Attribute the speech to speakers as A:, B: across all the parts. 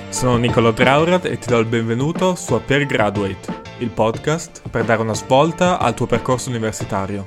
A: Sono Niccolò Traurat e ti do il benvenuto su Appear Graduate, il podcast per dare una svolta al tuo percorso universitario.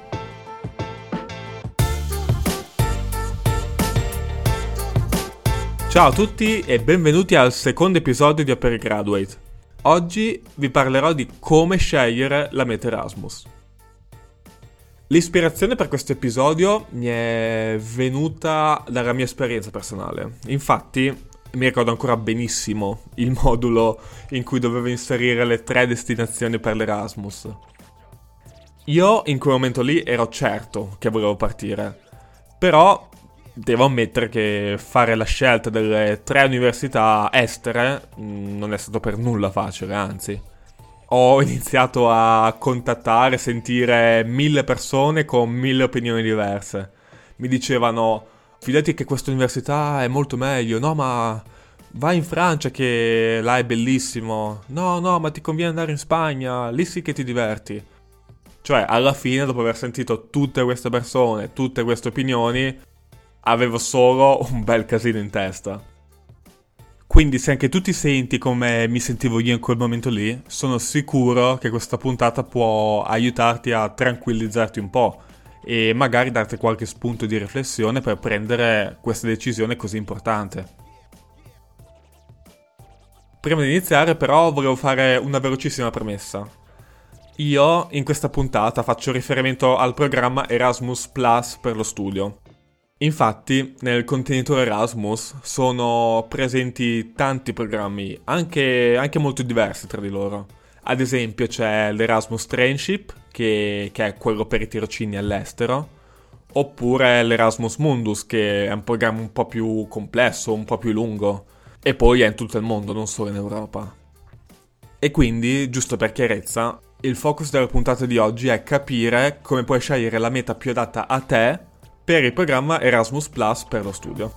A: Ciao a tutti e benvenuti al secondo episodio di Appear Graduate. Oggi vi parlerò di come scegliere la meta Erasmus. L'ispirazione per questo episodio mi è venuta dalla mia esperienza personale. Infatti, mi ricordo ancora benissimo il modulo in cui dovevo inserire le 3 destinazioni per l'Erasmus. Io in quel momento lì ero certo che volevo partire, però devo ammettere che fare la scelta delle 3 università estere non è stato per nulla facile, anzi. Ho iniziato a contattare, sentire 1000 persone con 1000 opinioni diverse. Mi dicevano: fidati che questa università è molto meglio, no ma vai in Francia che là è bellissimo, no ma ti conviene andare in Spagna, lì sì che ti diverti. Cioè alla fine, dopo aver sentito tutte queste persone, tutte queste opinioni, avevo solo un bel casino in testa. Quindi se anche tu ti senti come mi sentivo io in quel momento lì, sono sicuro che questa puntata può aiutarti a tranquillizzarti un po' e magari darti qualche spunto di riflessione per prendere questa decisione così importante. Prima di iniziare però volevo fare una velocissima premessa. Io in questa puntata faccio riferimento al programma Erasmus Plus per lo studio. Infatti nel contenitore Erasmus sono presenti tanti programmi, anche molto diversi tra di loro. Ad esempio c'è l'Erasmus Trainship, che è quello per i tirocini all'estero, oppure l'Erasmus Mundus, che è un programma un po' più complesso, un po' più lungo, e poi è in tutto il mondo, non solo in Europa. E quindi, giusto per chiarezza, il focus della puntata di oggi è capire come puoi scegliere la meta più adatta a te per il programma Erasmus Plus per lo studio.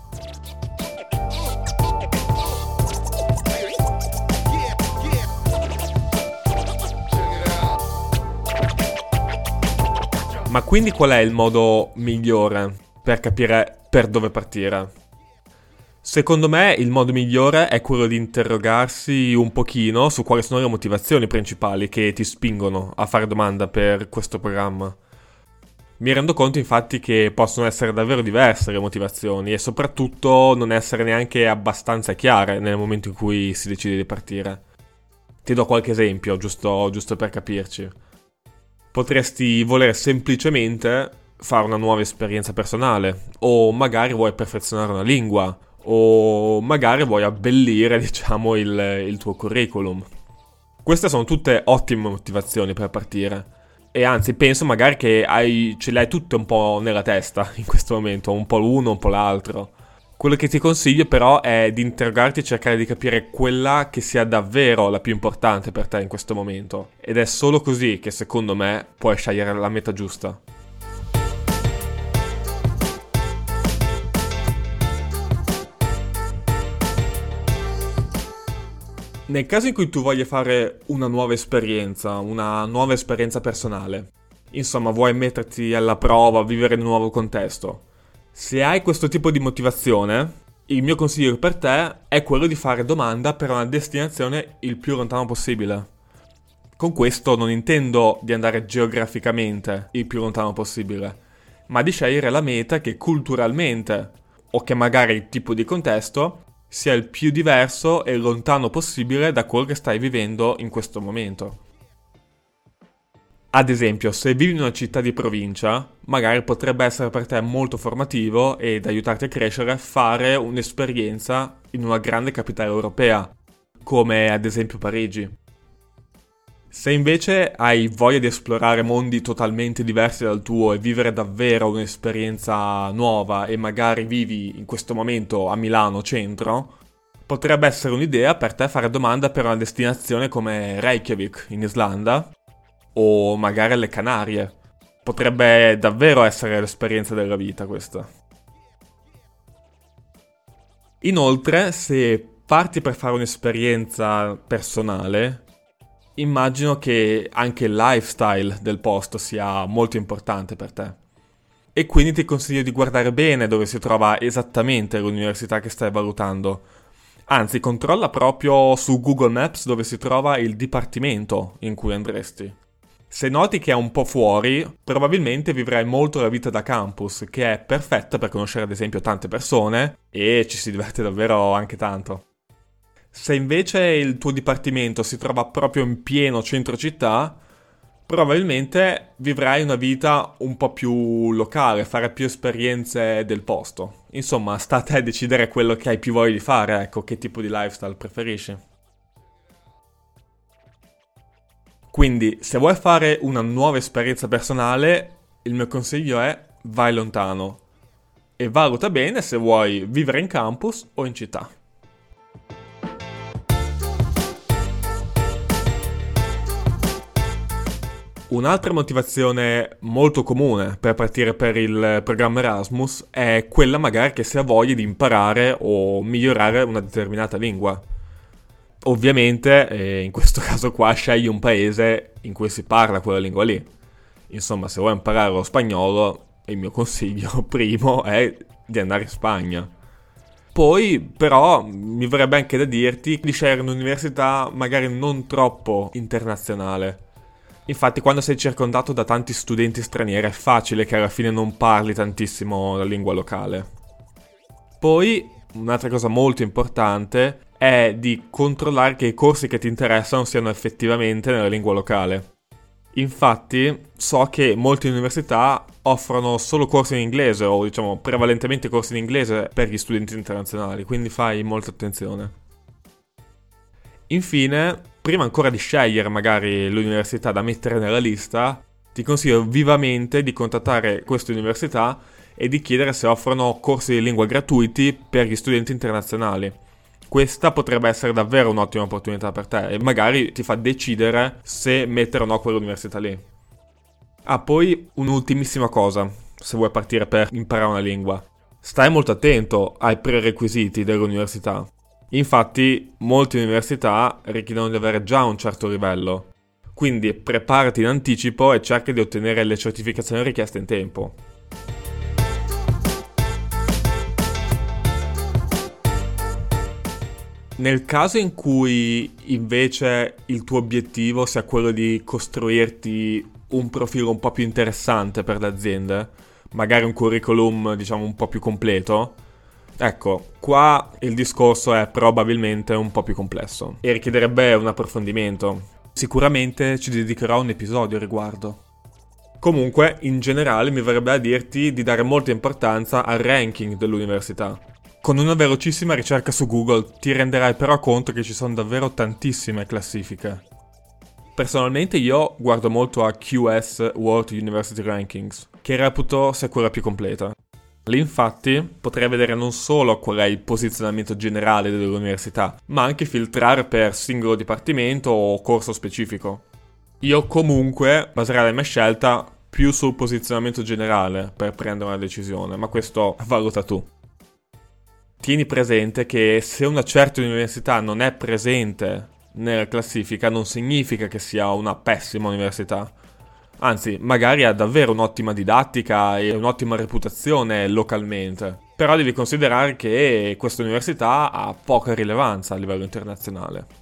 A: Ma quindi qual è il modo migliore per capire per dove partire? Secondo me il modo migliore è quello di interrogarsi un pochino su quali sono le motivazioni principali che ti spingono a fare domanda per questo programma. Mi rendo conto infatti che possono essere davvero diverse le motivazioni e soprattutto non essere neanche abbastanza chiare nel momento in cui si decide di partire. Ti do qualche esempio, giusto per capirci. Potresti voler semplicemente fare una nuova esperienza personale, o magari vuoi perfezionare una lingua, o magari vuoi abbellire, il tuo curriculum. Queste sono tutte ottime motivazioni per partire. E anzi, penso magari che ce le hai tutte un po' nella testa in questo momento, un po' l'uno, un po' l'altro. Quello che ti consiglio però è di interrogarti e cercare di capire quella che sia davvero la più importante per te in questo momento. Ed è solo così che secondo me puoi scegliere la meta giusta. Nel caso in cui tu voglia fare una nuova esperienza personale, insomma vuoi metterti alla prova, vivere in un nuovo contesto, se hai questo tipo di motivazione, il mio consiglio per te è quello di fare domanda per una destinazione il più lontano possibile. Con questo non intendo di andare geograficamente il più lontano possibile, ma di scegliere la meta che culturalmente, o che magari il tipo di contesto, sia il più diverso e lontano possibile da quello che stai vivendo in questo momento. Ad esempio, se vivi in una città di provincia, magari potrebbe essere per te molto formativo ed aiutarti a crescere fare un'esperienza in una grande capitale europea, come ad esempio Parigi. Se invece hai voglia di esplorare mondi totalmente diversi dal tuo e vivere davvero un'esperienza nuova e magari vivi in questo momento a Milano centro, potrebbe essere un'idea per te fare domanda per una destinazione come Reykjavik in Islanda o magari le Canarie. Potrebbe davvero essere l'esperienza della vita questa. Inoltre, se parti per fare un'esperienza personale, immagino che anche il lifestyle del posto sia molto importante per te. E quindi ti consiglio di guardare bene dove si trova esattamente l'università che stai valutando. Anzi, controlla proprio su Google Maps dove si trova il dipartimento in cui andresti. Se noti che è un po' fuori, probabilmente vivrai molto la vita da campus, che è perfetta per conoscere ad esempio tante persone e ci si diverte davvero anche tanto. Se invece il tuo dipartimento si trova proprio in pieno centro città, probabilmente vivrai una vita un po' più locale, fare più esperienze del posto. Insomma, sta a te decidere quello che hai più voglia di fare, ecco, che tipo di lifestyle preferisci. Quindi, se vuoi fare una nuova esperienza personale, il mio consiglio è vai lontano e valuta bene se vuoi vivere in campus o in città. Un'altra motivazione molto comune per partire per il programma Erasmus è quella magari che si ha voglia di imparare o migliorare una determinata lingua. Ovviamente, in questo caso qua, scegli un paese in cui si parla quella lingua lì. Insomma, se vuoi imparare lo spagnolo, il mio consiglio primo è di andare in Spagna. Poi, però, mi verrebbe anche da dirti di scegliere un'università magari non troppo internazionale. Infatti, quando sei circondato da tanti studenti stranieri è facile che alla fine non parli tantissimo la lingua locale. Poi, un'altra cosa molto importante è di controllare che i corsi che ti interessano siano effettivamente nella lingua locale. Infatti, so che molte università offrono solo corsi in inglese o diciamo prevalentemente corsi in inglese per gli studenti internazionali, quindi fai molta attenzione. Infine, prima ancora di scegliere magari l'università da mettere nella lista, ti consiglio vivamente di contattare queste università e di chiedere se offrono corsi di lingua gratuiti per gli studenti internazionali. Questa potrebbe essere davvero un'ottima opportunità per te e magari ti fa decidere se mettere o no quell'università lì. Poi un'ultimissima cosa, se vuoi partire per imparare una lingua. Stai molto attento ai prerequisiti dell'università. Infatti, molte università richiedono di avere già un certo livello. Quindi preparati in anticipo e cerca di ottenere le certificazioni richieste in tempo. Nel caso in cui invece il tuo obiettivo sia quello di costruirti un profilo un po' più interessante per le aziende, magari un curriculum diciamo un po' più completo, ecco, qua il discorso è probabilmente un po' più complesso e richiederebbe un approfondimento. Sicuramente ci dedicherò un episodio a riguardo. Comunque, in generale mi verrebbe a dirti di dare molta importanza al ranking dell'università. Con una velocissima ricerca su Google ti renderai però conto che ci sono davvero tantissime classifiche. Personalmente io guardo molto a QS World University Rankings, che reputo sia quella più completa. Lì infatti potrei vedere non solo qual è il posizionamento generale dell'università, ma anche filtrare per singolo dipartimento o corso specifico. Io comunque baserei la mia scelta più sul posizionamento generale per prendere una decisione, ma questo valuta tu. Tieni presente che se una certa università non è presente nella classifica non significa che sia una pessima università. Anzi, magari ha davvero un'ottima didattica e un'ottima reputazione localmente. Però devi considerare che questa università ha poca rilevanza a livello internazionale.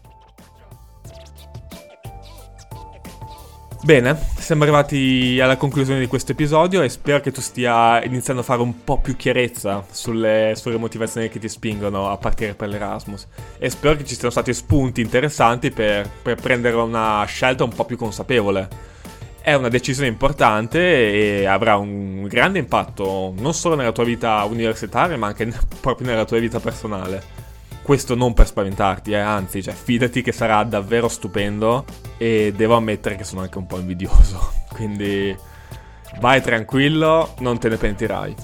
A: Bene, siamo arrivati alla conclusione di questo episodio e spero che tu stia iniziando a fare un po' più chiarezza sulle motivazioni che ti spingono a partire per l'Erasmus e spero che ci siano stati spunti interessanti per prendere una scelta un po' più consapevole. È una decisione importante e avrà un grande impatto non solo nella tua vita universitaria ma anche proprio nella tua vita personale. Questo non per spaventarti, anzi, fidati che sarà davvero stupendo e devo ammettere che sono anche un po' invidioso. Quindi vai tranquillo, non te ne pentirai.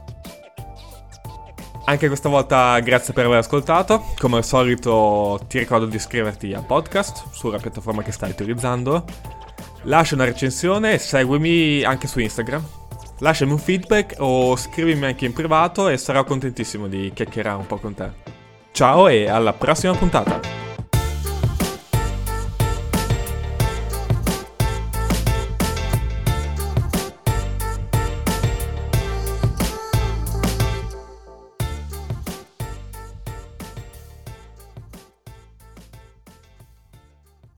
A: Anche questa volta grazie per aver ascoltato. Come al solito ti ricordo di iscriverti al podcast sulla piattaforma che stai utilizzando. Lascia una recensione e seguimi anche su Instagram. Lasciami un feedback o scrivimi anche in privato e sarò contentissimo di chiacchierare un po' con te. Ciao e alla prossima puntata!